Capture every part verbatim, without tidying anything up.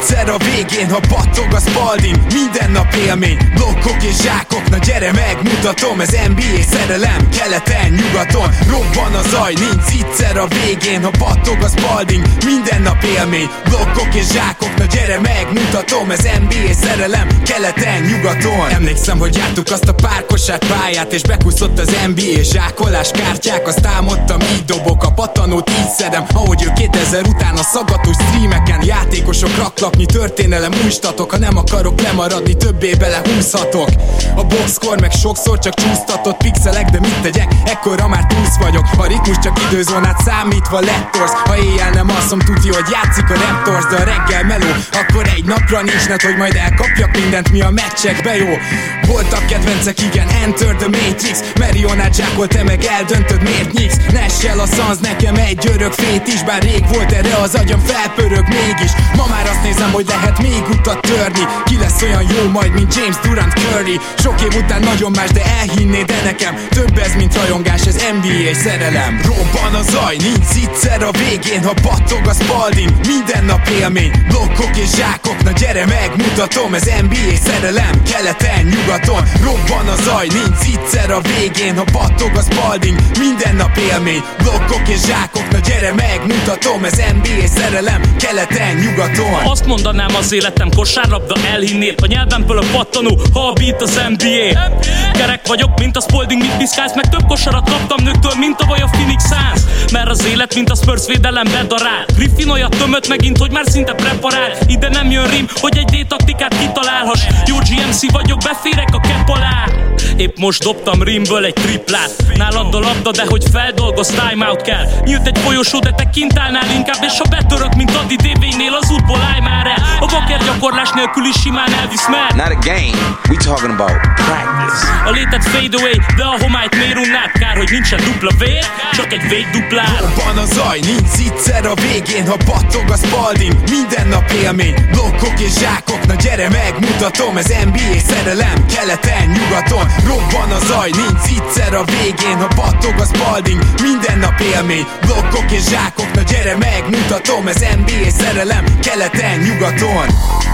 zicser a végén, ha pattog a Spalding. Minden nap élmény, blokkok és zsákok. Na gyere megmutatom, ez en bé á szerelem, keleten, nyugaton. Robban a zaj, nincs zicser a végén, ha pattog a Spalding. Minden nap élmény, blokkok és zsákok. Na gyere megmutatom, ez en bé á szerelem, keleten, nyugaton. Emlékszem, hogy jártuk azt a párkosát pályát, és bekúszott az en bé á zsákolás kártyák. Azt álmodtam, így dobok a pattanót, így szedem, ahogy ő kétezer után a szaggatós streameken. Játékosok, raklapnyi, történelem, új statok. Ha nem akarok lemaradni, többé belehúzhatok. A boxkor meg sokszor csak csúsztatott pixelek, de mit tegyek, ekkora már túsz vagyok. A ritmus csak időzónát számítva lettorsz. Ha éjjel nem alszom, tudja, hogy játszik a Raptors, de a reggel meló, akkor egy napra nincs net, hogy majd elkapjak mindent, mi a meccsekbe jó. Voltak kedvencek, igen, Enter the Matrix. Marionát zsákol, te meg eldöntöd, miért nyíksz. Nessel a szansz, nekem egy örök fét is. Bár rég volt erre az agyam, felpörög mégis. Ma már azt nézem, hogy lehet még utat törni. Ki lesz olyan jó majd, mint James Durant Curry. Sok év után nagyon más, de elhinnéd, de nekem több ez, mint rajongás, ez en bé á szerelem. Robban a zaj, nincs zicser a végén, ha battog a Spalding. Minden nap élmény, blokkok és zsákok. Na gyere megmutatom, ez en bé á szerelem, keleten, nyugaton. Robban a zaj, nincs zicser a végén, ha battog a Spalding. Minden nap élmény, blokkok és zsákok. Na gyere megmutatom, ez en bé á szerelem, keleten, nyugaton. Azt mondanám, az életem kosárlabda, elhinnél. A nyelvemből a pattanó, ha a beat az en bé á. Kerek vagyok, mint a Spalding, mit piszkálsz, meg több kosarat kaptam nőktől, mint tavaly a Phoenix Suns. Mert az élet, mint a Spurs védelem bedarál. Griffin olyat tömött megint, hogy már szinte preparál. Ide nem jön rim, hogy egy D-taktikát kitalálhass. Jó gé em cé vagyok, beférek a cap alá. Épp most dobtam rimből egy triplát. Nálad a labda, de hogy feldolgoz, timeout kell. Nyílt egy folyosó, de te kint állnál inkább. És ha betörök, mint Adi dé vé-nél, az útból állj már el. A baker gyakorlás nélkül is simán elvisz, mert not a game, we talking about practice. A létet fade away, de a homályt miért unnád? Kár, hogy nincsen dupla vér, csak egy végduplár. Robban a zaj, nincs zicser a végén, ha battog a Spalding. Minden nap élmény, blokkok és zsákok. Na gyere megmutatom, ez en bé á szerelem, keleten, nyugaton. Robban a zaj, nincs zicser a végén, ha battog a Spalding. Minden nap élmény, blokkok és zsákok. Na gyere megmutatom, ez en bé á szerelem, keleten, nyugaton.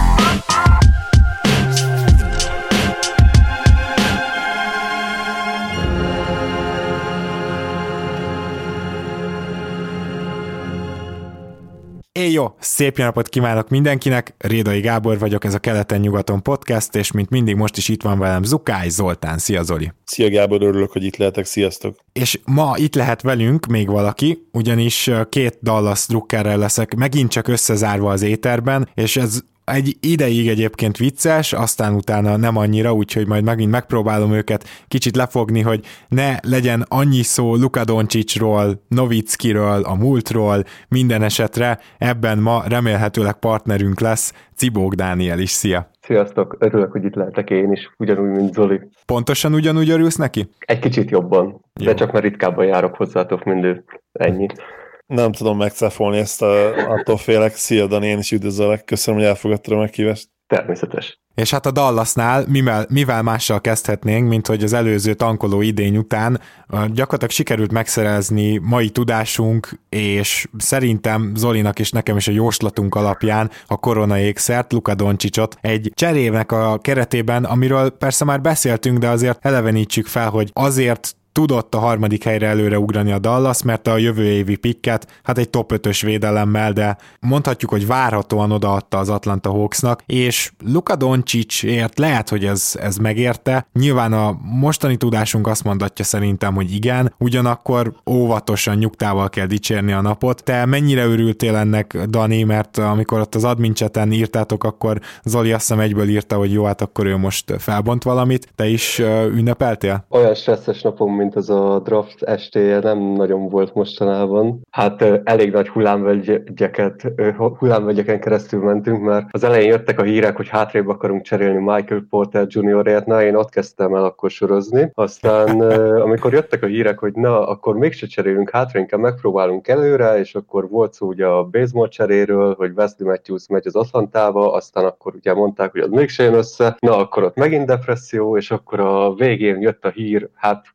Éj jó! Szép jó napot kívánok mindenkinek! Rédai Gábor vagyok, ez a Keleten-nyugaton podcast, és mint mindig most is itt van velem Zukály Zoltán. Szia Zoli! Szia Gábor, örülök, hogy itt lehetek, sziasztok! És ma itt lehet velünk még valaki, ugyanis két Dallas drukkerrel leszek megint csak összezárva az éterben, és ez egy ideig egyébként vicces, aztán utána nem annyira, úgyhogy majd megint megpróbálom őket kicsit lefogni, hogy ne legyen annyi szó Luka Doncicról, Novickiről, a múltról, minden esetre ebben ma remélhetőleg partnerünk lesz Cibók Dániel is. Szia! Sziasztok! Örülök, hogy itt lehetek én is, ugyanúgy, mint Zoli. Pontosan ugyanúgy örülsz neki? Egy kicsit jobban, Jó. De csak már ritkábban járok hozzátok, mint ő. Ennyi. Nem tudom megcáfolni ezt, a, attól félek. Szia Dani, én is üdvözöllek. Köszönöm, hogy elfogadtad a meghívást. Természetes. És hát a Dallasnál mivel, mivel mással kezdhetnénk, mint hogy az előző tankoló idény után gyakorlatilag sikerült megszerezni mai tudásunk, és szerintem Zolinak és nekem is a jóslatunk alapján a korona ékszert, Luka Doncicot egy cserének a keretében, amiről persze már beszéltünk, de azért elevenítsük fel, hogy azért tudott a harmadik helyre előre ugrani a Dallas, mert a jövő évi picket, hát egy top ötös védelemmel, de mondhatjuk, hogy várhatóan odaadta az Atlanta Hawksnak, és Luka Doncicért lehet, hogy ez, ez megérte. Nyilván a mostani tudásunk azt mondatja szerintem, hogy igen, ugyanakkor óvatosan, nyugtával kell dicsérni a napot. Te mennyire örültél ennek, Dani, mert amikor ott az admin chaten írtátok, akkor Zoli azt hiszem egyből írta, hogy jó, hát akkor ő most felbont valamit. Te is ünnepeltél? Olyan stresszes napom, mint az a draft estéje nem nagyon volt mostanában. Hát elég nagy hullámvölgyeket, hullámvölgyeken keresztül mentünk, mert az elején jöttek a hírek, hogy hátrébb akarunk cserélni Michael Porter juniorért, na én ott kezdtem el akkor sorozni. Aztán amikor jöttek a hírek, hogy na, akkor mégse cserélünk hátra, inkább megpróbálunk előre, és akkor volt szó ugye a Bazemore cseréről, hogy Wesley Matthews megy az Atlantába, aztán akkor ugye mondták, hogy az mégse jön össze, na akkor ott megint depresszió, és akkor a végén jött a hír, hát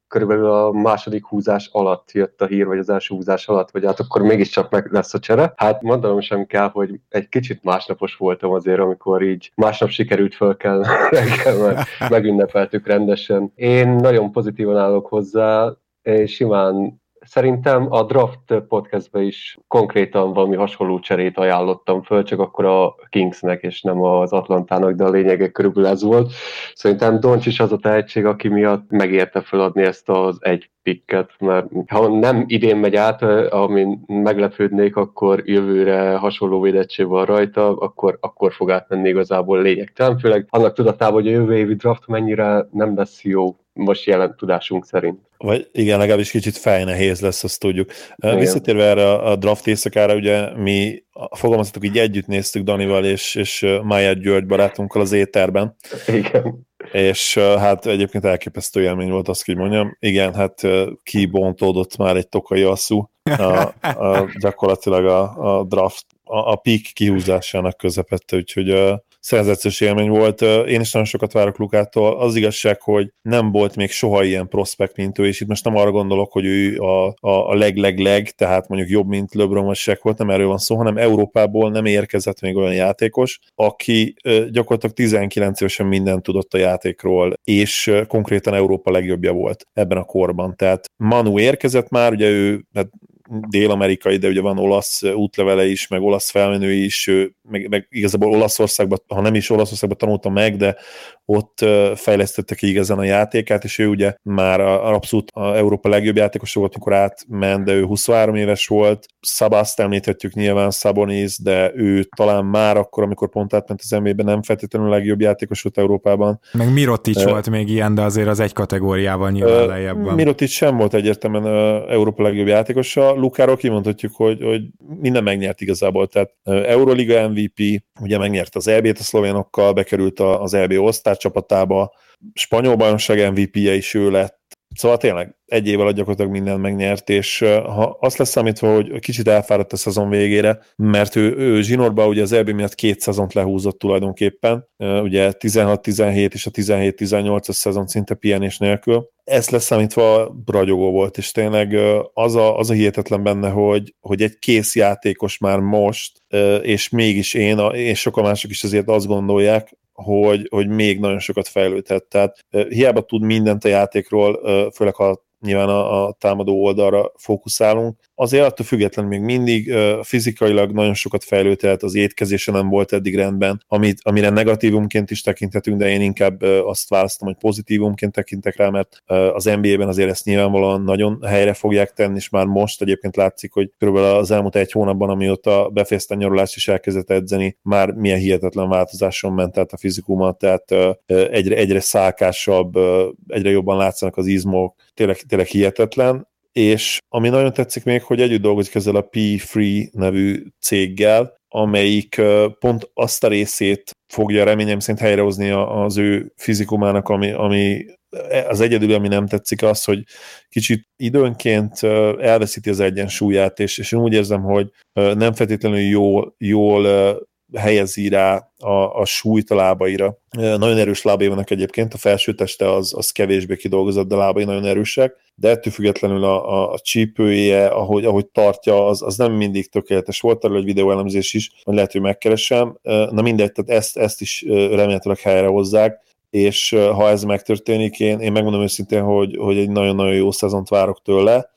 körülbelül a második húzás alatt jött a hír, vagy az első húzás alatt, vagy hát akkor mégiscsak meg lesz a csere. Hát mondanom sem kell, hogy egy kicsit másnapos voltam azért, amikor így másnap sikerült föl kell reggel, mert megünnepeltük rendesen. Én nagyon pozitívan állok hozzá, és simán szerintem a Draft podcastben is konkrétan valami hasonló cserét ajánlottam föl, csak akkor a Kingsnek és nem az Atlantának, de a lényege körülbelül ez volt. Szerintem Doncsics az a tehetség, aki miatt megérte feladni ezt az egy picket, mert ha nem idén megy át, amin meglepődnék, akkor jövőre hasonló védettség van rajta, akkor, akkor fog átmenni igazából lényegtelen, főleg annak tudatában, hogy a jövő évi draft mennyire nem lesz jó most jelen tudásunk szerint. Vagy igen, legalábbis kicsit fejnehéz lesz, azt tudjuk. Igen. Visszatérve erre a draft éjszakára, ugye mi fogalmazhatok így együtt néztük Danival és, és Májár György barátunkkal az éterben. Igen. És hát egyébként elképesztő élmény volt, azt, hogy mondjam. Igen, hát kibontódott már egy tokai asszú, a, a, gyakorlatilag a, a draft, a, a peak kihúzásának közepette, úgyhogy uh, szenzációs élmény volt. Uh, én is nagyon sokat várok Lukától. Az igazság, hogy nem volt még soha ilyen prospekt, mint ő, és itt most nem arra gondolok, hogy ő a, a, a leg-leg-leg, tehát mondjuk jobb, mint LeBron vagy Shaq volt, nem erről van szó, hanem Európából nem érkezett még olyan játékos, aki uh, gyakorlatilag tizenkilenc évesen mindent tudott a játékról, és uh, konkrétan Európa legjobbja volt ebben a korban. Tehát Manu érkezett már, ugye ő hát dél-amerikai, de ugye van olasz útlevele is, meg olasz felmenő is, meg, meg igazából Olaszországban, ha nem is Olaszországban tanulta meg, de ott fejlesztette ki igazán a játékát, és ő ugye már abszolút a Európa legjobb játékos volt, amikor átment, de ő huszonhárom éves volt. Szabaszt említhetjük nyilván, Sabonis, de ő talán már akkor, amikor pont átment az en bé á-ben, nem feltétlenül a legjobb játékos volt Európában. Meg Mirotic uh, volt még ilyen, de azért az egy kategóriával nyilván uh, lejjebb van. Mirotic sem volt egyértelműen uh, Európa legjobb játékosa. Lukáról kimondhatjuk, hogy, hogy minden megnyert igazából, tehát uh, Euroliga em vé pé, ugye megnyert az é bét a szlovénokkal, bekerült az é bé All-Star csapatába, spanyol bajnokság em vé pé-je is ő lett, szóval tényleg egy év alatt gyakorlatilag mindent megnyert, és ha azt lesz számítva, hogy kicsit elfáradt a szezon végére, mert ő, ő zsinórba ugye az é bé miatt két szezont lehúzott tulajdonképpen, ugye tizenhat tizenhét és a tizenhét tizennyolcas szezon szinte pihenés nélkül. Ezt leszámítva ragyogó volt, és tényleg az a, az a hihetetlen benne, hogy, hogy egy kész játékos már most, és mégis én, és sokan mások is azért azt gondolják, hogy, hogy még nagyon sokat fejlődhet. Tehát hiába tud mindent a játékról, főleg ha nyilván a, a támadó oldalra fókuszálunk, azért attól függetlenül még mindig uh, fizikailag nagyon sokat fejlődhet, az étkezése nem volt eddig rendben, amit, amire negatívumként is tekinthetünk, de én inkább uh, azt választom, hogy pozitívumként tekintek rá, mert uh, az en bé á-ben azért ezt nyilvánvalóan nagyon helyre fogják tenni, és már most egyébként látszik, hogy körülbelül az elmúlt egy hónapban, amióta befejezte a nyarulást és elkezdett edzeni, már milyen hihetetlen változáson ment át a fizikuma, tehát uh, egyre, egyre szálkásabb, uh, egyre jobban látszanak az izmok, tényleg, tényleg hihetetlen. És ami nagyon tetszik még, hogy együtt dolgozik ezzel a pé három nevű céggel, amelyik pont azt a részét fogja reményem szerint helyrehozni az ő fizikumának, ami, ami az egyedül, ami nem tetszik, az, hogy kicsit időnként elveszíti az egyensúlyát, és, és én úgy érzem, hogy nem feltétlenül jól, jól helyezi rá a, a súlyt a lábaira. Nagyon erős lábai vannak egyébként, a felső teste az, az kevésbé kidolgozott, de lábai nagyon erősek, de ettől függetlenül a, a, a csípője, ahogy, ahogy tartja, az, az nem mindig tökéletes. Volt arról egy videóelemzés is, hogy lehet, hogy megkeresem. Na mindegy, tehát ezt, ezt is remélhetőleg helyrehozzák, és ha ez megtörténik, én, én megmondom őszintén, hogy, hogy egy nagyon-nagyon jó szezont várok tőle,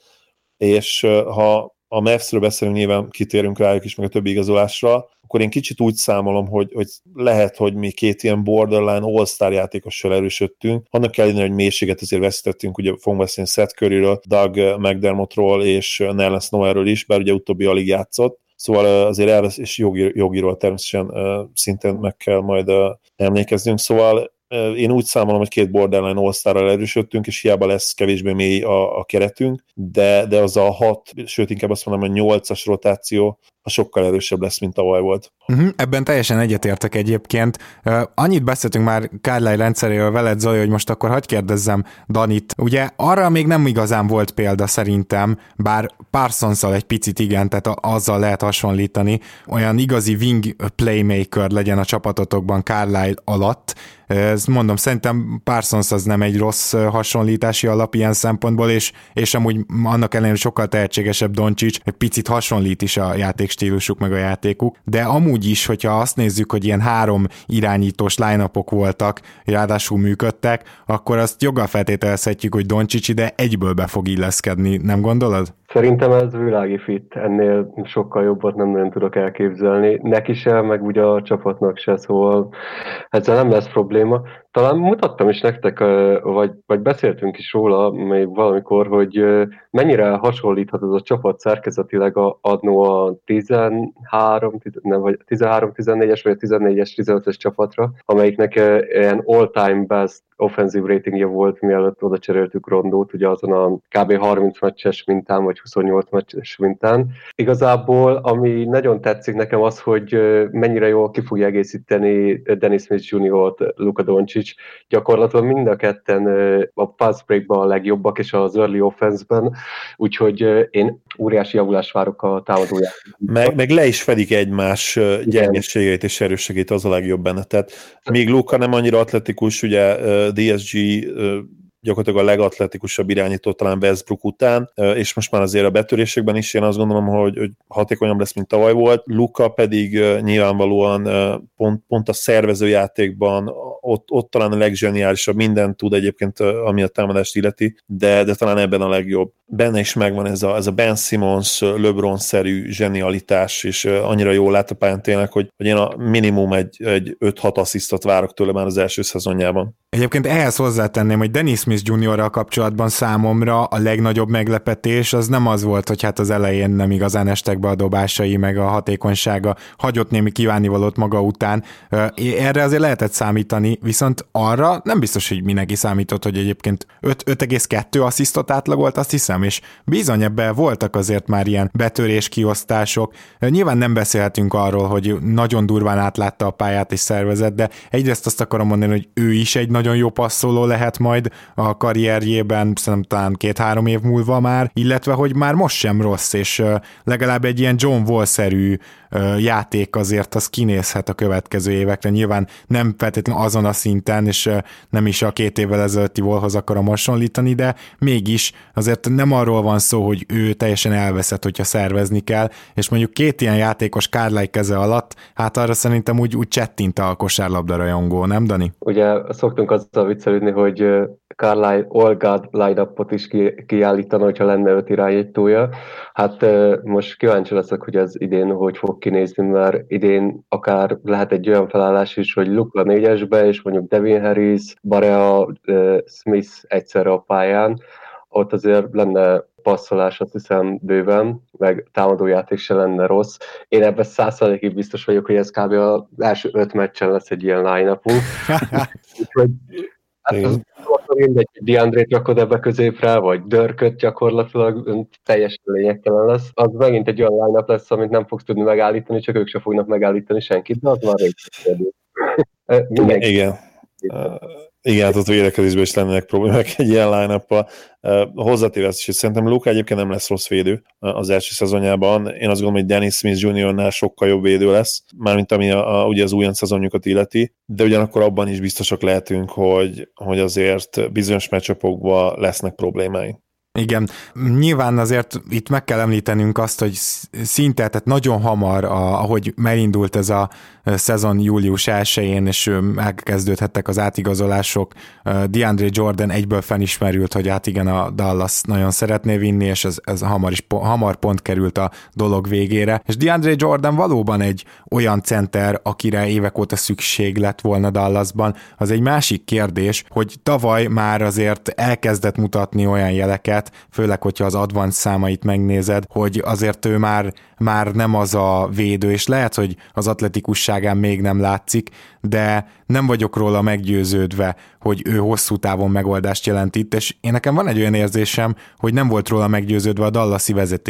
és ha a Mavsről beszélünk, nyilván kitérünk rájuk is, meg a többi igazolásra, akkor én kicsit úgy számolom, hogy, hogy lehet, hogy mi két ilyen borderline all-star játékossal erősödtünk. Annak ellenére, hogy mélységet azért veszítettünk, ugye fogunk beszélni Seth Curryről, Doug McDermottról és Nerlens Noelről is, bár ugye utóbbi alig játszott. Szóval azért elvesz, és jogi, jogiról természetesen uh, szintén meg kell majd uh, emlékeznünk. Szóval uh, én úgy számolom, hogy két borderline all-starral erősödtünk, és hiába lesz kevésbé mély a, a keretünk, de, de az a hat, sőt inkább azt mondom, hogy nyolcas rotáció, az sokkal erősebb lesz, mint tavaly volt. Uh-huh, ebben teljesen egyetértek egyébként. Uh, annyit beszéltünk már Carlisle rendszeréről veled, Zoli, hogy most akkor hadd kérdezzem Danit. Ugye arra még nem igazán volt példa szerintem, bár Parsonsszal egy picit igen, tehát azzal lehet hasonlítani, olyan igazi wing playmaker legyen a csapatotokban Carlisle alatt. Ezt mondom, szerintem Parsons az nem egy rossz hasonlítási alap ilyen szempontból, és, és amúgy annak ellenére sokkal tehetségesebb Doncic, egy picit hasonlít is a játékstílusuk meg a játékuk, de amúgy is, hogyha azt nézzük, hogy ilyen három irányítós line-upok voltak, ráadásul működtek, akkor azt joggal feltételezhetjük, hogy Doncic ide egyből be fog illeszkedni, nem gondolod? Szerintem ez világi fit, ennél sokkal jobbat nem nagyon tudok elképzelni. Neki se, meg ugye a csapatnak se, szóval ezzel nem lesz probléma. Talán mutattam is nektek, vagy, vagy beszéltünk is róla még valamikor, hogy mennyire hasonlíthat az a csapat szerkezetileg annó a tizenhárom, nem, vagy tizenhárom tizennégyes vagy a tizennégyes tizenötös csapatra, amelyiknek ilyen all-time best offensive ratingja volt, mielőtt oda cseréltük Rondót, ugye azon a kb. harminc meccses mintán, vagy huszonnyolc meccses mintán. Igazából, ami nagyon tetszik nekem az, hogy mennyire jól ki fogja egészíteni Dennis Smith juniort Luka Doncic. Gyakorlatilag mind a ketten a pass breakban a legjobbak, és az early offense-ben, úgyhogy én óriási javulást várok a támadóját. Meg, meg le is fedik egymás gyengességeit és erősségeit, az a legjobb benne. Tehát még Luka nem annyira atletikus, ugye dé es gé gyakorlatilag a legatletikusabb irányító talán Westbrook után, és most már azért a betörésekben is én azt gondolom, hogy, hogy hatékonyabb lesz, mint tavaly volt. Luka pedig nyilvánvalóan pont, pont a szervezőjátékban ott, ott talán a leggeniálisabb, mindent tud egyébként, ami a támadást illeti, de, de talán ebben a legjobb. Benne is megvan ez a, ez a Ben Simmons, LeBron-szerű zsenialitás, és annyira jól lát a pályán tényleg, hogy, hogy én a minimum egy, egy öt-hat asszisztot várok tőle már az első szezonjában. Egyébként ehhez hozzátenném, hogy Dennis Smith juniorral kapcsolatban számomra a legnagyobb meglepetés az nem az volt, hogy hát az elején nem igazán estek be a dobásai, meg a hatékonysága hagyott némi kívánnivalót maga után. Erre azért lehetett számítani, viszont arra nem biztos, hogy mindenki számított, hogy egyébként öt egész kettő asszisztot átlagolt, azt hiszem, és bizony ebben voltak azért már ilyen betörés kiosztások. Nyilván nem beszélhetünk arról, hogy nagyon durván átlátta a pályát és szervezett, de egyrészt azt akarom mondani, hogy ő is egy nagyon jó passzoló lehet majd a karrierjében, szerintem talán két-három év múlva már, illetve hogy már most sem rossz, és legalább egy ilyen John Wall-szerű játék azért az kinézhet a következő évekre. Nyilván nem feltétlenül azon a szinten, és nem is a két évvel ezelőtti Wallhoz akarom hasonlítani, de mégis azért nem arról van szó, hogy ő teljesen elveszett, hogyha szervezni kell, és mondjuk két ilyen játékos Carlisle keze alatt, hát arra szerintem úgy, úgy csettint a kosárlabda rajongó, nem Dani? Ugye szoktunk azzal viccelődni, hogy Carlisle All God line-upot is ki, kiállítana, hogyha lenne öt irányítója. Hát most kíváncsi leszek, hogy ez idén hogy fog kinézni, mert idén akár lehet egy olyan felállás is, hogy Luka négyesbe, és mondjuk Devin Harris, Barea, Smith egyszerre a pályán. Ott azért lenne passzolás, azt hiszem bőven, meg támadójáték se lenne rossz. Én ebben száz százalékig biztos vagyok, hogy ez kb. Az első öt meccsen lesz egy ilyen line-upunk. Úgyhogy hát az mindegy, hogy DeAndre-t rakod ebbe középre, vagy Dörköt gyakorlatilag teljesen lényegtelen lesz. Az megint egy olyan line-up lesz, amit nem fogsz tudni megállítani, csak ők sem fognak megállítani senkit, de az már rég. Igen. Igen, hát ott védekezésben is lennének problémák egy ilyen line-up-pal. Uh, hozzátéve ezt is, hogy szerintem Luka egyébként nem lesz rossz védő az első szezonjában. Én azt gondolom, hogy Dennis Smith juniornál sokkal jobb védő lesz, mármint ami a, a, ugye az újonc szezonjukat illeti, de ugyanakkor abban is biztosak lehetünk, hogy, hogy azért bizonyos matchupokban lesznek problémái. Igen, nyilván azért itt meg kell említenünk azt, hogy szinte, tehát nagyon hamar, a, ahogy megindult ez a szezon július elsején, és elkezdődhettek az átigazolások, DeAndre Jordan egyből felismerült, hogy hát igen, a Dallas nagyon szeretné vinni, és ez, ez hamar, is, hamar pont került a dolog végére, és DeAndre Jordan valóban egy olyan center, akire évek óta szükség lett volna Dallasban. Az egy másik kérdés, hogy tavaly már azért elkezdett mutatni olyan jeleket, főleg, hogyha az advanced számait megnézed, hogy azért ő már, már nem az a védő, és lehet, hogy az atletikusságán még nem látszik, de nem vagyok róla meggyőződve, hogy ő hosszú távon megoldást jelent itt, és én nekem van egy olyan érzésem, hogy nem volt róla meggyőződve a dallasi vezetés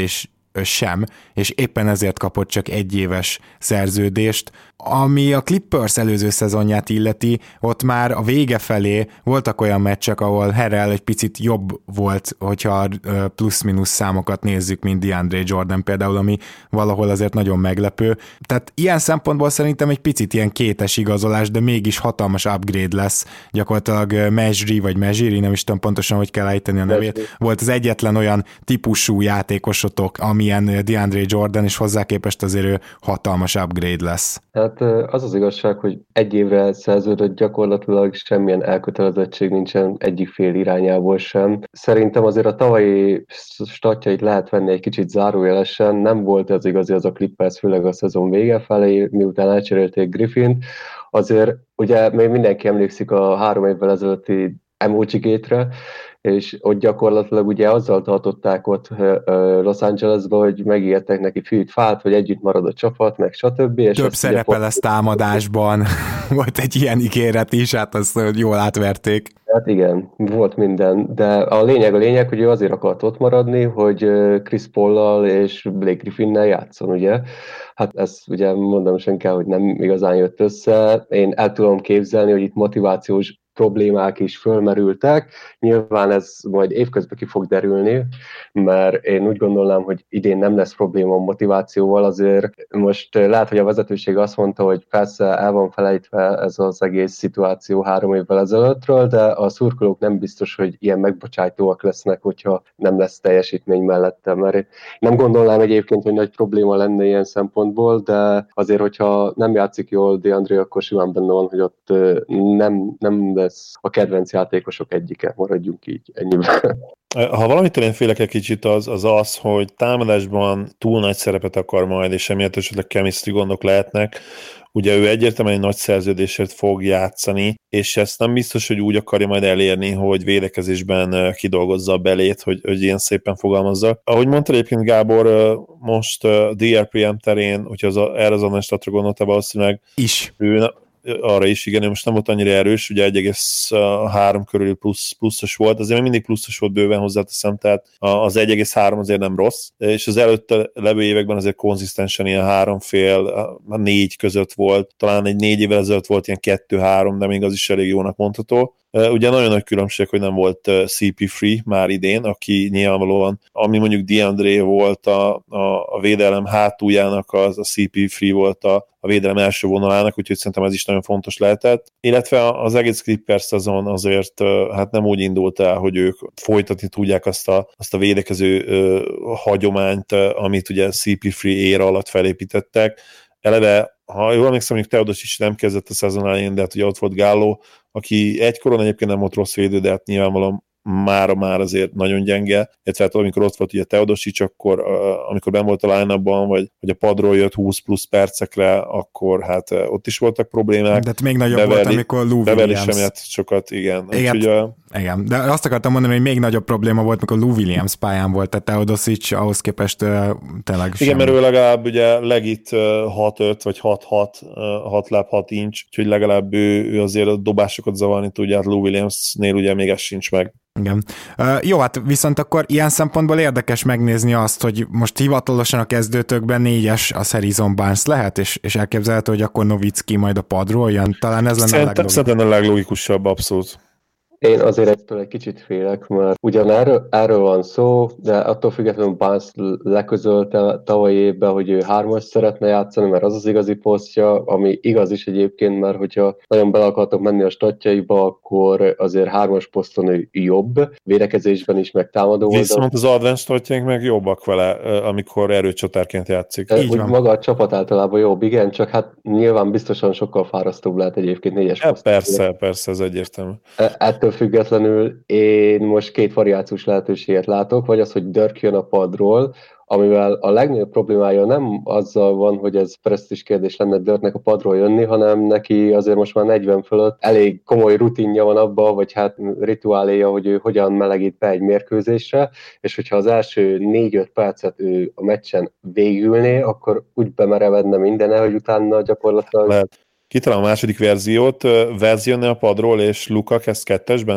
sem, és éppen ezért kapott csak egy éves szerződést. Ami a Clippers előző szezonját illeti, ott már a vége felé voltak olyan meccsek, ahol Harrell egy picit jobb volt, hogyha plusz-minusz számokat nézzük, mint DeAndre Jordan például, ami valahol azért nagyon meglepő. Tehát ilyen szempontból szerintem egy picit ilyen kétes igazolás, de mégis hatalmas upgrade lesz. Gyakorlatilag Mejri vagy Mejri, nem is tudom pontosan, hogy kell ejteni a nevét, Mejri volt az egyetlen olyan típusú játékosotok, amilyen DeAndre Jordan, és hozzá képest azért ő hatalmas upgrade lesz. Hát az az igazság, hogy egy évre szerződött, gyakorlatilag semmilyen elkötelezettség nincsen egyik fél irányából sem. Szerintem azért a tavalyi statjait lehet venni egy kicsit zárójelesen, nem volt ez igazi az a Clippers, főleg a szezon vége felé, miután elcserélték Griffint. Azért ugye még mindenki emlékszik a három évvel ezelőtti Emoji Gate-re, és ott gyakorlatilag ugye azzal tartották ott Los Angelesban, hogy megígértek neki fűt fát, hogy együtt marad a csapat, meg stb. És több szerepe lesz támadásban, volt egy ilyen ígéret is, hát azt jól átverték. Hát igen, volt minden, de a lényeg a lényeg, hogy ő azért akart ott maradni, hogy Chris Paul-lal és Blake Griffin-nel játszon, ugye? Hát ezt ugye mondom sem kell, hogy nem igazán jött össze. Én el tudom képzelni, hogy itt motivációs problémák is fölmerültek. Nyilván ez majd évközben ki fog derülni, mert én úgy gondolnám, hogy idén nem lesz probléma a motivációval, azért most lehet, hogy a vezetőség azt mondta, hogy persze el van felejtve ez az egész szituáció három évvel ezelőttről, de a szurkolók nem biztos, hogy ilyen megbocsájtóak lesznek, hogyha nem lesz teljesítmény mellette, mert nem gondolnám egyébként, hogy nagy probléma lenne ilyen szempontból, de azért, hogyha nem játszik jól DeAndre, akkor simán benne van, hogy ott nem, nem lesz a kedvenc játékosok egyike, maradjunk így ennyiben. Ha valamitől én félek egy kicsit, az, az az, hogy támadásban túl nagy szerepet akar majd, és emiatt esetleg chemistry gondok lehetnek. Ugye ő egyértelműen egy nagy szerződésért fog játszani, és ezt nem biztos, hogy úgy akarja majd elérni, hogy védekezésben kidolgozza a belét, hogy, hogy ilyen szépen fogalmazza. Ahogy mondta egyébként Gábor, most dé er pé em terén, hogyha az, erre az annál statra gondolta valószínűleg, is. Ő, arra is, igen, most nem volt annyira erős, ugye egy egész három körül plusz, pluszos volt, azért még mindig pluszos volt bőven, hozzáteszem, tehát az egy egész három azért nem rossz, és az előtte levő években azért konzisztensen ilyen három fél, négy között volt, talán egy négy évvel ezelőtt volt ilyen kettő három, de még az is elég jónak mondható. Ugye nagyon nagy különbség, hogy nem volt cé pé Free már idén, aki nyilvánvalóan, ami mondjuk DeAndre volt a, a, a védelem hátuljának, az a cé pé Free volt a, a védelem első vonalának, úgyhogy szerintem ez is nagyon fontos lehetett. Illetve az egész Clippers szezon azért hát nem úgy indult el, hogy ők folytatni tudják azt a, azt a védekező uh, hagyományt, uh, amit ugye cé pé Free éra alatt felépítettek. Eleve, ha jól emlékszem, mondjuk Teodosic nem kezdett a szezon elején, de hát ugye ott volt Gallo, aki egykoron egyébként nem volt rossz védő, de hát nyilvánvalóan mára már azért nagyon gyenge, illetve hát amikor ott volt ugye Teodosic, akkor uh, amikor benn volt a line-upban, vagy hogy a padról jött húsz plusz percekre, akkor hát uh, ott is voltak problémák. De hát még nagyobb Beverly, volt, amikor Lou Beverly Williams. sem járt sokat, igen. Igen, Úgyhogy a... igen, de azt akartam mondani, hogy még nagyobb probléma volt, amikor Lou Williams pályán volt, tehát Teodosic ahhoz képest uh, tényleg igen, mert ő legalább ugye legit uh, hat öt vagy hat hat, uh, hat láb hat inch, úgyhogy legalább ő, ő azért a dobásokat zavarni tudja, hát Lou Williamsnél ugye még ez sincs meg. Igen. Uh, jó, hát viszont akkor ilyen szempontból érdekes megnézni azt, hogy most hivatalosan a kezdőtökben négyes a Harrison Barnes lehet, és, és elképzelhető, hogy akkor Nowitzki majd a padról jön. Talán ez lenne Szerintem, a leglogikusabb. szerintem a leglogikusabb, abszolút. Én azért ettől egy kicsit félek, mert ugyan erről, erről van szó, de attól függetlenül Barnes leközölte tavalyi évben, hogy ő hármas szeretne játszani, mert az az igazi posztja, ami igaz is egyébként, mert hogyha nagyon bele akartok menni a statjaiba, akkor azért hármas poszton ő jobb, védekezésben is, meg támadó oldal. Viszont az advanced statjaink meg jobbak vele, amikor erőcsatárként játszik. Úgy maga a csapat általában jobb, igen, csak hát nyilván biztosan sokkal fárasztóbb lehet egyébként négyes e, poszton. Persze, persze, ez egyértelmű. Ettől függetlenül én most két variációs lehetőséget látok, vagy az, hogy Dirk jön a padról, amivel a legnagyobb problémája nem azzal van, hogy ez presztízs kérdés lenne Dirknek a padról jönni, hanem neki azért most már negyven fölött elég komoly rutinja van abban, vagy hát rituáléja, hogy ő hogyan melegít be egy mérkőzésre, és hogyha az első négy-öt percet ő a meccsen végülné, akkor úgy bemerevedne mindene, hogy utána gyakorlatilag... Lehet. Kitalálom a második verziót, verziónne a padról, és Luka kezd kettesben?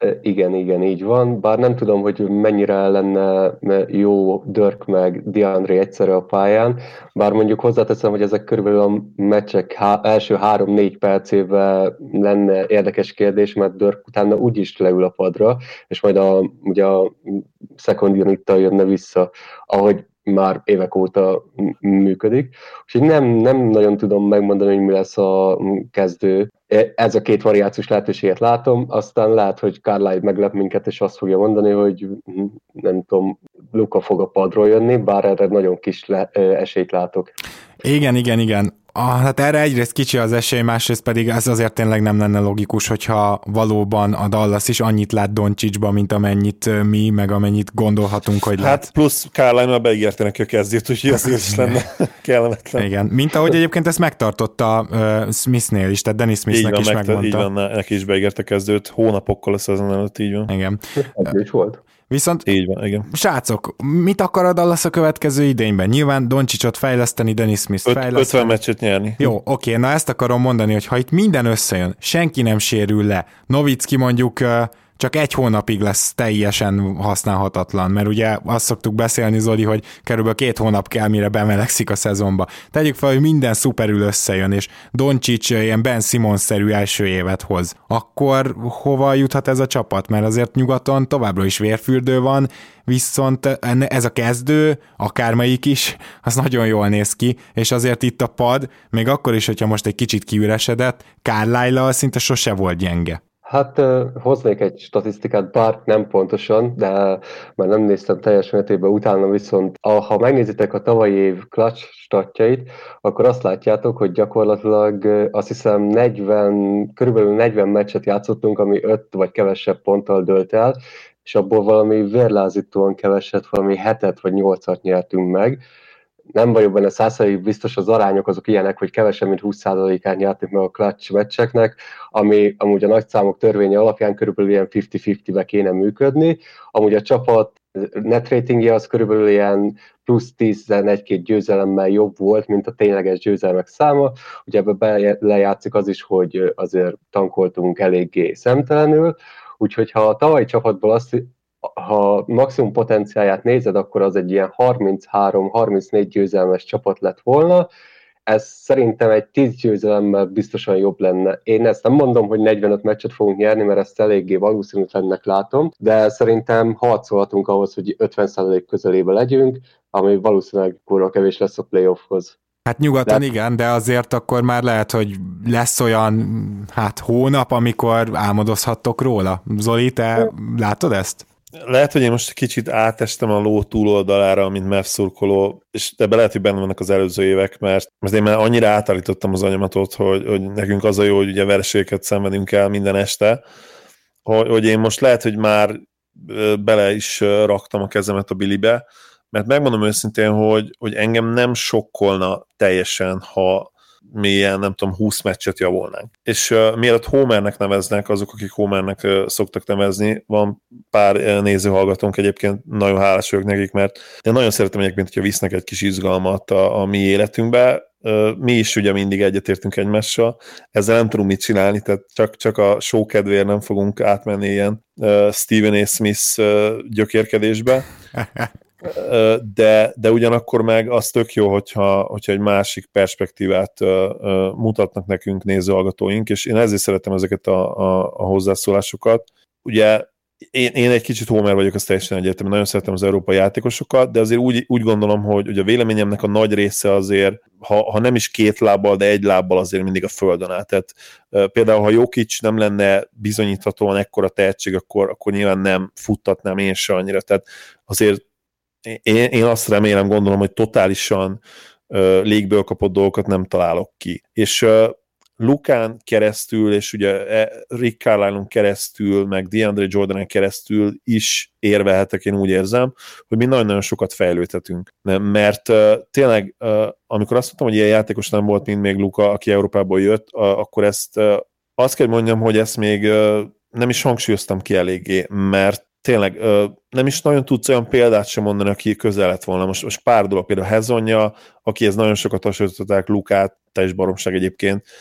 Igen, igen, így van. Bár nem tudom, hogy mennyire lenne jó Dirk meg DeAndre egyszerre a pályán, bár mondjuk hozzáteszem, hogy ezek körülbelül a meccsek há- első három-négy percében lenne érdekes kérdés, mert Dirk utána úgyis leül a padra, és majd a, ugye a second unittal jönne vissza, ahogy már évek óta működik. Úgyhogy nem, nem nagyon tudom megmondani, hogy mi lesz a kezdő. Ez a két variációs lehetőséget látom, aztán lehet, hogy Carlisle meglep minket, és azt fogja mondani, hogy nem tudom, Luka fog a padról jönni, bár erre nagyon kis le- esélyt látok. Igen, igen, igen. Ah, hát erre egyrészt kicsi az esély, másrészt pedig ez azért tényleg nem lenne logikus, hogyha valóban a Dallas is annyit lát Doncsicsba, mint amennyit mi, meg amennyit gondolhatunk, hogy lát. Hát plusz Carlisle-nál beígérte neki a kezdőt, úgyhogy azért is lenne kellemetlen. Igen, mint ahogy egyébként ezt megtartotta uh, Smithnél is, tehát Dennis Smithnek van, is megta- megmondta. Így van, neki is beígérte kezdőt hónapokkal a szezon előtt, így van. Igen. Ez is volt. Viszont, így van, igen. Srácok, mit akar a Dallas a következő idényben? Nyilván Doncsicsot fejleszteni, Dennis Smith fejleszteni. ötven meccset nyerni. Jó, oké, na ezt akarom mondani, hogy ha itt minden összejön, senki nem sérül le, Nowitzki mondjuk csak egy hónapig lesz teljesen használhatatlan, mert ugye azt szoktuk beszélni, Zoli, hogy körülbelül két hónap kell, mire bemelegszik a szezonba. Tegyük fel, hogy minden szuperül összejön, és Doncsics ilyen Ben Simmons-szerű első évet hoz. Akkor hova juthat ez a csapat? Mert azért nyugaton továbbra is vérfürdő van, viszont ez a kezdő, akármelyik is, az nagyon jól néz ki, és azért itt a pad, még akkor is, hogyha most egy kicsit kiüresedett, Carlisle-al szinte sose volt gyenge. Hát uh, hoznék egy statisztikát, bár nem pontosan, de már nem néztem teljes mértékben utána, viszont a, ha megnézitek a tavalyi év clutch statjait, akkor azt látjátok, hogy gyakorlatilag uh, azt hiszem negyven, körülbelül negyven meccset játszottunk, ami öt vagy kevesebb ponttal dőlt el, és abból valami vérlázítóan keveset, valami hetet vagy nyolcat nyertünk meg. Nem vagyok benne száz százalékig biztos, az arányok azok ilyenek, hogy kevesebb, mint húsz százalékát nyertük meg a clutch meccseknek, ami amúgy a nagyszámok törvénye alapján körülbelül ilyen ötven-ötven-be kéne működni. Amúgy a csapat net ratingje az körülbelül ilyen plusz tizenegy-két győzelemmel jobb volt, mint a tényleges győzelmek száma. Ugye ebbe lejátszik az is, hogy azért tankoltunk eléggé szemtelenül, úgyhogy ha a tavalyi csapatból azt ha maximum potenciáját nézed, akkor az egy ilyen harminchárom-harmincnégy győzelmes csapat lett volna. Ez szerintem egy tíz győzelemmel biztosan jobb lenne. Én ezt nem mondom, hogy negyvenöt meccset fogunk nyerni, mert ezt eléggé valószínűtlennek látom, de szerintem harcolhatunk ahhoz, hogy ötven százalék közelébe legyünk, ami valószínűleg kurva kevés lesz a playoffhoz. Hát nyugaton de... igen, de azért akkor már lehet, hogy lesz olyan hát hónap, amikor álmodozhattok róla. Zoli, te látod ezt? Lehet, hogy én most kicsit átestem a ló túloldalára, mint Mavs szurkoló, és ebben lehet, hogy benne vannak az előző évek, mert most én már annyira átállítottam az anyamatot, hogy, hogy nekünk az a jó, hogy ugye vereségeket szenvedünk el minden este, hogy, hogy én most lehet, hogy már bele is raktam a kezemet a bilibe, mert megmondom őszintén, hogy, hogy engem nem sokkolna teljesen, ha mi ilyen, nem tudom, húsz meccset javolnánk. És uh, mielőtt Homernek neveznek, azok, akik Homernek uh, szoktak nevezni, van pár uh, nézőhallgatónk egyébként, nagyon hálás vagyok nekik, mert én nagyon szeretem egyébként, hogyha visznek egy kis izgalmat a, a mi életünkbe. Uh, mi is ugye mindig egyetértünk egymással, ezzel nem tudunk mit csinálni, tehát csak, csak a show kedvéért nem fogunk átmenni ilyen uh, Stephen A. Smith uh, gyökérkedésbe. De, de ugyanakkor meg az tök jó, hogyha, hogyha egy másik perspektívát uh, uh, mutatnak nekünk nézőhallgatóink, és én ezért szeretem ezeket a, a, a hozzászólásokat. Ugye én, én egy kicsit Homer vagyok, azt teljesen egyértelműen, nagyon szeretem az európai játékosokat, de azért úgy, úgy gondolom, hogy, hogy a véleményemnek a nagy része azért, ha, ha nem is két lábbal, de egy lábbal azért mindig a földön áll. Tehát uh, például, ha Jokic nem lenne bizonyíthatóan ekkora tehetség, akkor, akkor nyilván nem futtatnám én se annyira. Tehát azért Én, én azt remélem, gondolom, hogy totálisan uh, légből kapott dolgokat nem találok ki. És uh, Lukán keresztül, és ugye Rick Carlisle-on keresztül, meg DeAndre Jordanen keresztül is érvelhetek, én úgy érzem, hogy mi nagyon-nagyon sokat fejlődhetünk. Mert uh, tényleg, uh, amikor azt mondtam, hogy ilyen játékos nem volt, mint még Luka, aki Európából jött, uh, akkor ezt uh, azt kell mondjam, hogy ezt még uh, nem is hangsúlyoztam ki eléggé, mert tényleg nem is nagyon tudsz olyan példát sem mondani, aki közel lett volna. Most, most pár dolog, például Hezonja, akihez nagyon sokat hasonlították Lukát, teljes baromság egyébként,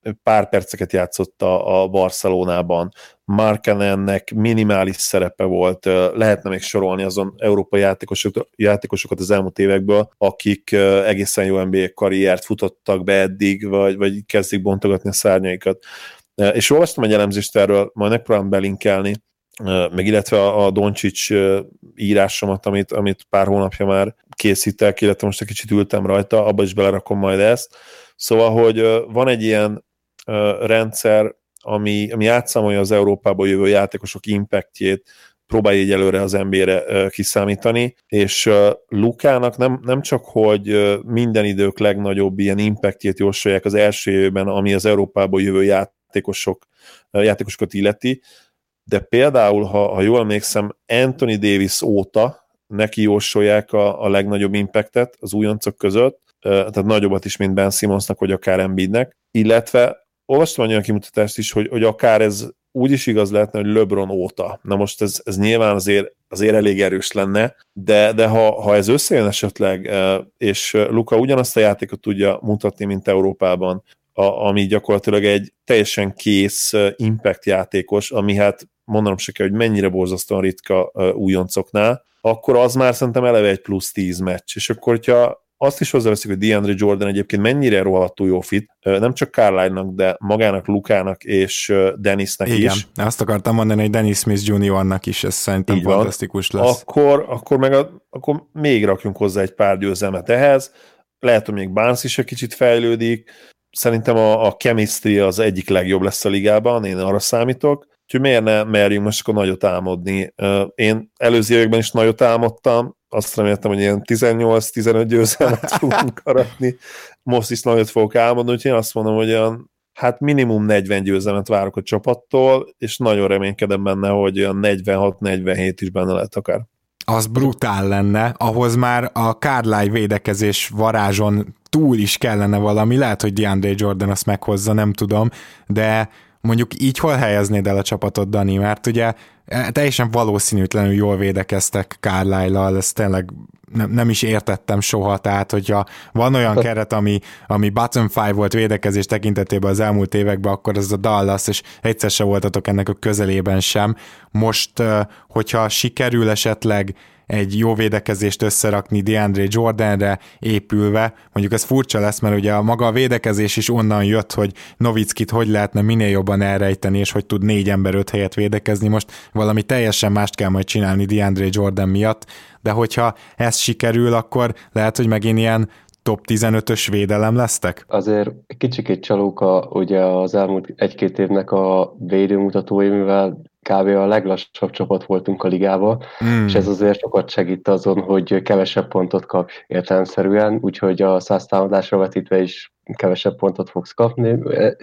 pár perceket játszott a, a Barcelonában, Markkanennek minimális szerepe volt, lehetne még sorolni azon európai játékosok, játékosokat az elmúlt évekből, akik egészen jó en bé á karriert futottak be eddig, vagy, vagy kezdik bontogatni a szárnyaikat. És olvastam egy elemzést erről, majd megpróbálom belinkelni, meg illetve a, a Doncsics írásomat, amit, amit pár hónapja már készítek, illetve most egy kicsit ültem rajta, abba is belerakom majd ezt. Szóval, hogy van egy ilyen rendszer, ami, ami átszámolja az Európából jövő játékosok impactjét, próbálja így előre az en bé á-re kiszámítani, és Lukának nem, nem csak, hogy minden idők legnagyobb ilyen impactjét jósolják az első évben, ami az Európából jövő játékosok, játékosokat illeti, de például, ha, ha jól emlékszem, Anthony Davis óta neki jósolják a, a legnagyobb impactet az újoncok között, tehát nagyobbat is, mint Ben Simmonsnak, vagy akár Embiidnek, illetve olvastam olyan kimutatást is, hogy, hogy akár ez úgy is igaz lehetne, hogy LeBron óta. Na most ez, ez nyilván azért, azért elég erős lenne, de, de ha, ha ez összejön esetleg, és Luka ugyanazt a játékot tudja mutatni, mint Európában, a, ami gyakorlatilag egy teljesen kész impact játékos, ami hát mondanom se kell, hogy mennyire borzasztóan ritka újoncoknál, akkor az már szerintem eleve egy plusz tíz meccs. És akkor, hogyha azt is hozzáveszik, hogy DeAndre Jordan egyébként mennyire rohadtul jó fit, nem csak Carlisle-nak, de magának, Lukának és Dennisnek Igen, is. Igen, azt akartam mondani, hogy Dennis Smith juniornak is ez szerintem így fantasztikus van. lesz. Akkor, akkor meg a, akkor még rakjunk hozzá egy pár győzelmet ehhez. Lehet, hogy még Barnes is egy kicsit fejlődik. Szerintem a, a chemistry az egyik legjobb lesz a ligában, én arra számítok. Úgyhogy miért ne merjünk most akkor nagyot álmodni? Én előző években is nagyot álmodtam, azt reméltem, hogy ilyen tizennyolc-tizenöt győzelmet fogunk aratni. Most is nagyot fogok álmodni, úgyhogy én azt mondom, hogy olyan, hát minimum negyven győzelmet várok a csapattól, és nagyon reménykedem benne, hogy olyan negyvenhat negyvenhét is benne lehet akár. Az brutál lenne, ahhoz már a Carlisle védekezés varázson túl is kellene valami, lehet, hogy DeAndre Jordan azt meghozza, nem tudom, de mondjuk így hol helyeznéd el a csapatot, Dani? Mert ugye teljesen valószínűtlenül jól védekeztek Carlisle-lal, ezt tényleg nem, nem is értettem soha, tehát hogyha van olyan keret, ami, ami bottom five volt védekezés tekintetében az elmúlt években, akkor ez a Dallas, és egyszer se voltatok ennek a közelében sem. Most, hogyha sikerül esetleg egy jó védekezést összerakni DeAndre Jordanre épülve, mondjuk ez furcsa lesz, mert ugye a maga a védekezés is onnan jött, hogy Nowitzkit hogy lehetne minél jobban elrejteni, és hogy tud négy ember öt helyet védekezni, most valami teljesen mást kell majd csinálni DeAndre Jordan miatt, de hogyha ez sikerül, akkor lehet, hogy megint ilyen top tizenötös védelem lesztek? Azért kicsikét csalóka ugye az elmúlt egy-két évnek a védőmutatói, mivel kb. A leglassabb csapat voltunk a ligában, mm. és ez azért sokat segít azon, hogy kevesebb pontot kap értelemszerűen, úgyhogy a száz támadásra vetítve is kevesebb pontot fogsz kapni.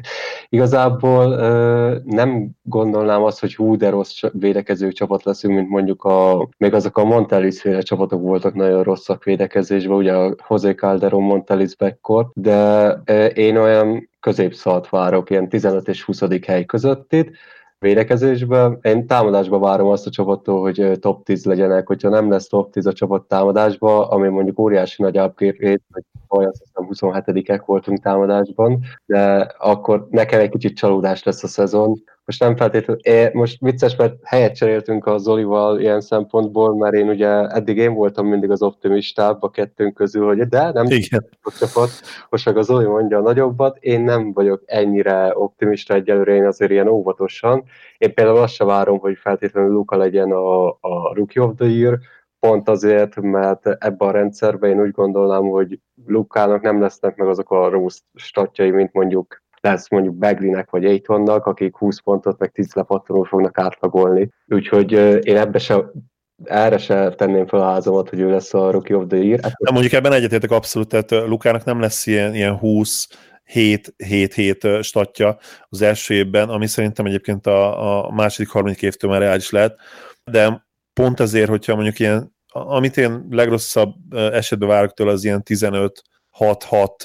Igazából nem gondolnám azt, hogy hú, de rossz védekező csapat leszünk, mint mondjuk a, még azok a Montelis féle csapatok voltak nagyon rosszak védekezésben, ugye a José Calderón Montelis backcourt, de én olyan középszalt várok, ilyen tizenöt és huszadik hely között itt, védekezésben. Én támadásban várom azt a csapattól, hogy top tíz legyenek, hogyha nem lesz top tíz a csapat támadásban, ami mondjuk óriási nagy upgrade, hogy olyan azt hiszem huszonhetedikek voltunk támadásban, de akkor nekem egy kicsit csalódás lesz a szezon. Most nem feltétlenül, é, most vicces, mert helyet cseréltünk a Zolival ilyen szempontból, mert én ugye eddig én voltam mindig az optimistább a kettőnk közül, hogy de nem a csapat, most meg a Zoli mondja a nagyobbat, én nem vagyok ennyire optimista egyelőre, én azért ilyen óvatosan. Én például azt sem várom, hogy feltétlenül Luka legyen a, a Rookie of the Year, pont azért, mert ebben a rendszerben én úgy gondolnám, hogy Lukának nem lesznek meg azok a rossz statjai, mint mondjuk lesz mondjuk Bagleynek vagy Aytonnak, akik húsz pontot meg tíz lepattanul fognak átlagolni. Úgyhogy én ebbe se, erre se tenném fel a házamat, hogy ő lesz a Rookie of the Year. Nem, mondjuk ebben egyetértek abszolút, tehát Lukának nem lesz ilyen, ilyen húsz hét hét statja az első évben, ami szerintem egyébként a, a második, harmadik évtől már reális lehet, de pont azért, hogyha mondjuk ilyen, amit én legrosszabb esetben várok tőle, az ilyen tizenöt hat hat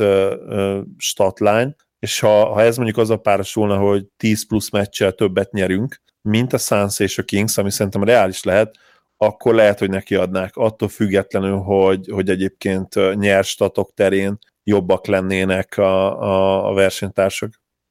statline, és ha, ha ez mondjuk azzal párosulna, hogy tíz plusz meccsel többet nyerünk, mint a Suns és a Kings, ami szerintem reális lehet, akkor lehet, hogy neki adnák. Attól függetlenül, hogy, hogy egyébként nyers statok terén jobbak lennének a, a, a versenytársak.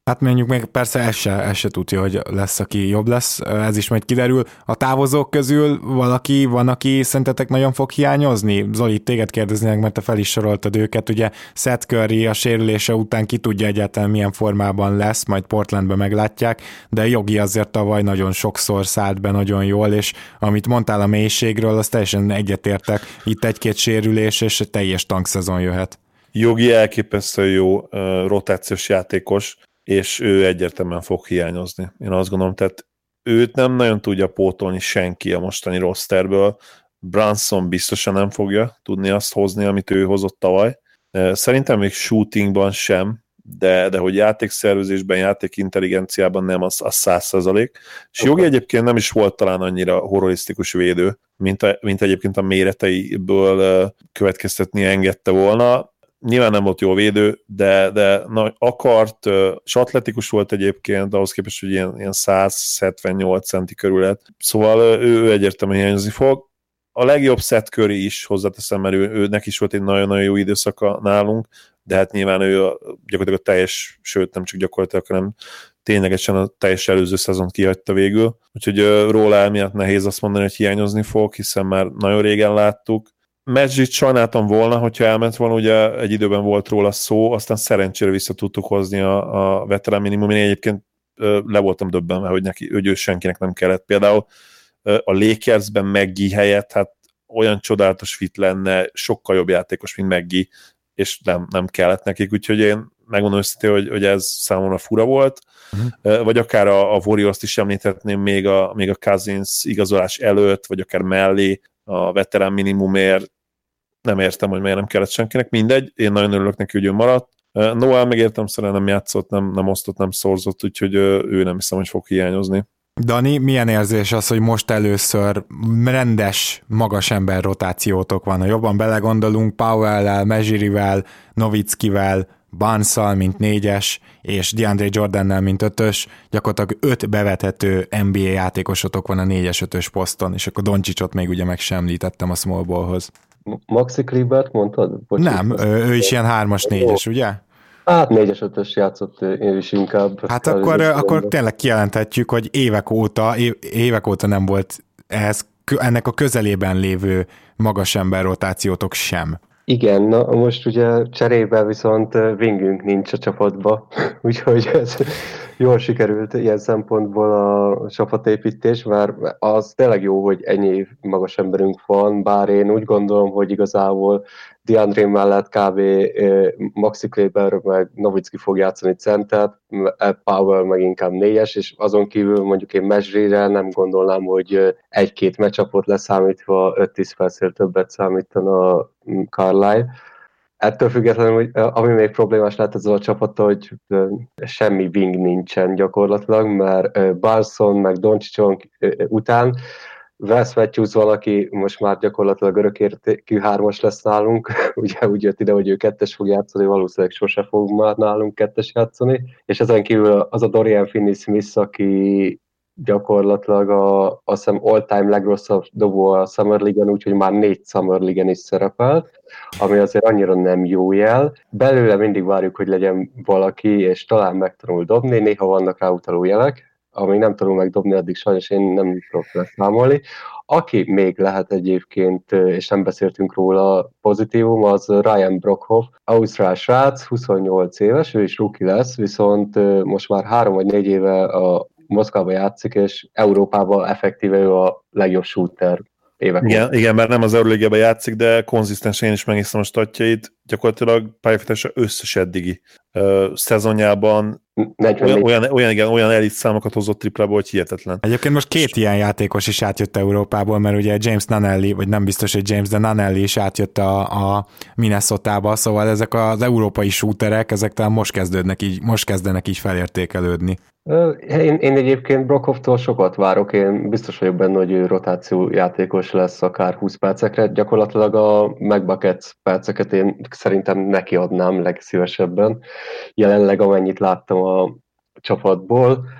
Hát mondjuk még persze ez se, ez se tudja, hogy lesz, aki jobb lesz, ez is majd kiderül. A távozók közül valaki van, aki szerintetek nagyon fog hiányozni? Zoli, téged kérdeznének, mert te fel is soroltad őket, ugye Seth Curry a sérülése után ki tudja egyáltalán milyen formában lesz, majd Portlandben meglátják, de Jogi azért tavaly nagyon sokszor szállt be nagyon jól, és amit mondtál a mélységről, az teljesen egyetértek, itt egy-két sérülés, és egy teljes tankszezon jöhet. Jogi elképesztő jó uh, rotációs játékos, és ő egyértelműen fog hiányozni. Én azt gondolom, tehát őt nem nagyon tudja pótolni senki a mostani rosterből. Brunson biztosan nem fogja tudni azt hozni, amit ő hozott tavaly. Szerintem még shootingban sem, de, de hogy játékszervezésben, játékintelligenciában nem, az száz százalék. És Jogi egyébként nem is volt talán annyira horrorisztikus védő, mint, a, mint egyébként a méreteiből következtetni engedte volna. Nyilván nem volt jó védő, de, de na, akart, és atletikus volt egyébként, ahhoz képest, hogy ilyen, ilyen száz hetvennyolc centi körül lett. Szóval ő, ő egyértelműen hiányozni fog. A legjobb Seth Curry is hozzáteszem, mert ő, ő, neki is volt egy nagyon-nagyon jó időszaka nálunk, de hát nyilván ő a, gyakorlatilag a teljes, sőt nem csak gyakorlatilag, hanem ténylegesen a teljes előző szezont kihagyta végül. Úgyhogy uh, róla emiatt nehéz azt mondani, hogy hiányozni fog, hiszen már nagyon régen láttuk. Magic sajnáltam volna, hogyha elment volna, ugye egy időben volt róla szó, aztán szerencsére vissza tudtuk hozni a, a veterán minimum. Én egyébként uh, le voltam döbbenve, hogy neki, hogy ő senkinek nem kellett. Például uh, a Lakersben Maggie helyett, hát olyan csodálatos fit lenne, sokkal jobb játékos, mint Maggie, és nem, nem kellett nekik, úgyhogy én megmondom őszintén, hogy, hogy ez számomra fura volt, uh-huh. vagy akár a, a Warriors-t is említhetném még a, még a Cousins igazolás előtt, vagy akár mellé a veterán minimumért, nem értem, hogy miért nem kellett senkinek, mindegy, én nagyon örülök neki, hogy ő maradt. Noel megértem, szerint nem játszott, nem, nem osztott, nem szorzott, úgyhogy ő nem hiszem, hogy fog hiányozni. Dani, milyen érzés az, hogy most először rendes, magas ember rotációtok van? Ha jobban belegondolunk, Powell-el, Mejirivel, Novickivel, Barnes-szal, mint négyes, és DeAndre Jordannel, mint ötös, gyakorlatilag öt bevethető en bé á játékosotok van a négyes-ötös poszton, és akkor Doncsicsot még ugye meg sem említettem a small ballhoz. Maxi Klebert mondtad? Bocsánat, nem, ő, ő is ilyen hármas-négyes, ugye? Hát négyes-ötös játszott ő is inkább. Hát akkor, akkor tényleg kijelenthetjük, hogy évek óta, évek óta nem volt ehhez, ennek a közelében lévő magas ember rotációtok sem. Igen, na most ugye cserébe viszont wingünk nincs a csapatba, úgyhogy ez jól sikerült ilyen szempontból a csapatépítés, mert az tényleg jó, hogy ennyi magas emberünk van, bár én úgy gondolom, hogy igazából DeAndre mellett kb. Maxi Kleber meg Nowitzki fog játszani centert, Powell meg inkább négyes, és azon kívül mondjuk én Mejrire nem gondolnám, hogy egy-két meccsapot leszámítva öt-tíz percnél többet számítana Carlisle. Ettől függetlenül, hogy ami még problémás lehet ezzel a csapattal, hogy semmi wing nincsen gyakorlatilag, mert Barson meg Doncsics után Wes Matthews valaki most már gyakorlatilag örökértékű hármas lesz nálunk, ugye úgy jött ide, hogy ő kettes fog játszani, valószínűleg sose fog már nálunk kettes játszani, és ezen kívül az a Dorian Finney-Smith, aki gyakorlatilag a, azt hiszem all-time legrosszabb dobó a Summer League-en, úgyhogy már négy Summer League-en is szerepelt, ami azért annyira nem jó jel. Belőle mindig várjuk, hogy legyen valaki, és talán megtanul dobni, néha vannak rá utaló jelek, amíg nem tanul megdobni, addig sajnos én nem tudok leszámolni. Aki még lehet egyébként, és nem beszéltünk róla, pozitívum, az Ryan Brockhoff, ausztrál srác, huszonnyolc éves, ő is rookie lesz, viszont most már három vagy négy éve a Moszkvában játszik, és Európában effektíve ő a legjobb shooter évek. Igen, igen, mert nem az Euróligában játszik, de konzisztensen én is megnéztem a statjait, gyakorlatilag pályafutása összes eddigi uh, szezonjában olyan, olyan, olyan, igen, olyan elit számokat hozott triplából, hogy hihetetlen. Egyébként most két ilyen játékos is átjött Európából, mert ugye James Nunnally, vagy nem biztos, hogy James, de Nunnally is átjött a, a Minnesotába, szóval ezek az európai shooterek, ezek talán most kezdődnek így, most kezdenek így felértékelődni. Én, én egyébként Brockhoff-tól sokat várok, én biztos vagyok benne, hogy ő rotáció játékos lesz akár húsz percekre, gyakorlatilag a McBuckets perceket én szerintem neki adnám legszívesebben, jelenleg amennyit láttam a csapatból.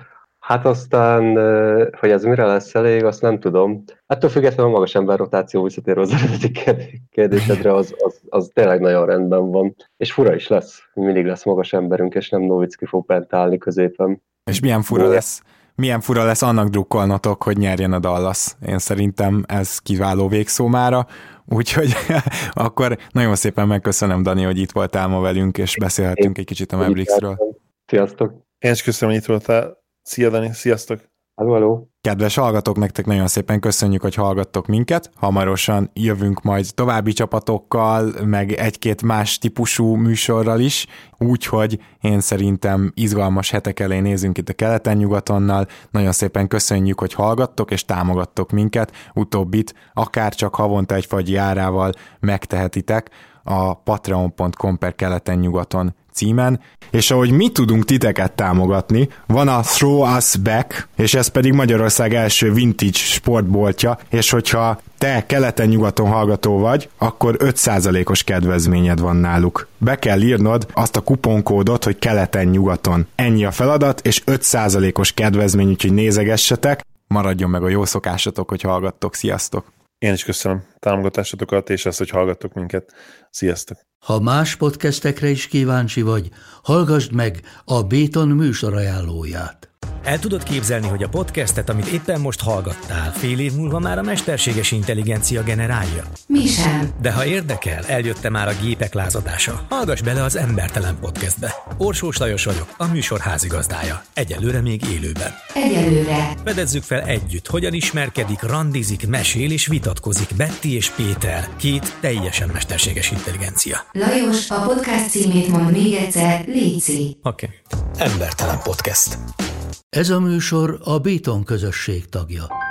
Hát aztán, hogy ez mire lesz elég, azt nem tudom. Ettől függetlenül a magas ember rotáció visszatérő az eredeti kérdésedre, az, az, az tényleg nagyon rendben van. És fura is lesz, mindig lesz magas emberünk, és nem Nowitzki fog bent állni középen. És milyen fura Bőle. lesz? Milyen fura lesz annak drukkolnotok, hogy nyerjen a Dallas. Én szerintem ez kiváló végszó mára, úgyhogy akkor nagyon szépen megköszönöm, Dani, hogy itt voltál ma velünk, és beszélhettünk egy kicsit a Mavericksről. Sziasztok! Én is köszönöm, hogy itt voltál. Szia, Dani, sziasztok! Halló, halló! Kedves hallgatók, nektek nagyon szépen köszönjük, hogy hallgattok minket. Hamarosan jövünk majd további csapatokkal, meg egy-két más típusú műsorral is, úgyhogy én szerintem izgalmas hetek elé nézünk itt a keleten-nyugatonnal. Nagyon szépen köszönjük, hogy hallgattok és támogattok minket. Utóbbit akár csak havonta egy fagyi árával megtehetitek a patreon pont com per keleten-nyugaton címen, és ahogy mi tudunk titeket támogatni, van a Throw Us Back, és ez pedig Magyarország első vintage sportboltja, és hogyha te keleten-nyugaton hallgató vagy, akkor öt százalékos kedvezményed van náluk. Be kell írnod azt a kuponkódot, hogy keleten-nyugaton. Ennyi a feladat, és öt százalékos kedvezmény, úgyhogy nézegessetek, maradjon meg a jó szokásatok, hogy hallgattok. Sziasztok! Én is köszönöm támogatásotokat, és ezt, hogy hallgattok minket. Sziasztok! Ha más podcastekre is kíváncsi vagy, hallgassd meg a Béton műsor ajánlóját. El tudod képzelni, hogy a podcastet, amit éppen most hallgattál, fél év múlva már a mesterséges intelligencia generálja? Mi sem. De ha érdekel, eljött már a gépek lázadása. Hallgass bele az Embertelen Podcastbe. Orsós Lajos vagyok, a műsor házigazdája. Egyelőre még élőben. Egyelőre. Fedezzük fel együtt, hogyan ismerkedik, randizik, mesél és vitatkozik Betty és Péter, két teljesen mesterséges intelligencia. Lajos, a podcast címét mond még egyszer, léci. Oké. Okay. Embertelen Podcast. Ez a műsor a Béton közösség tagja.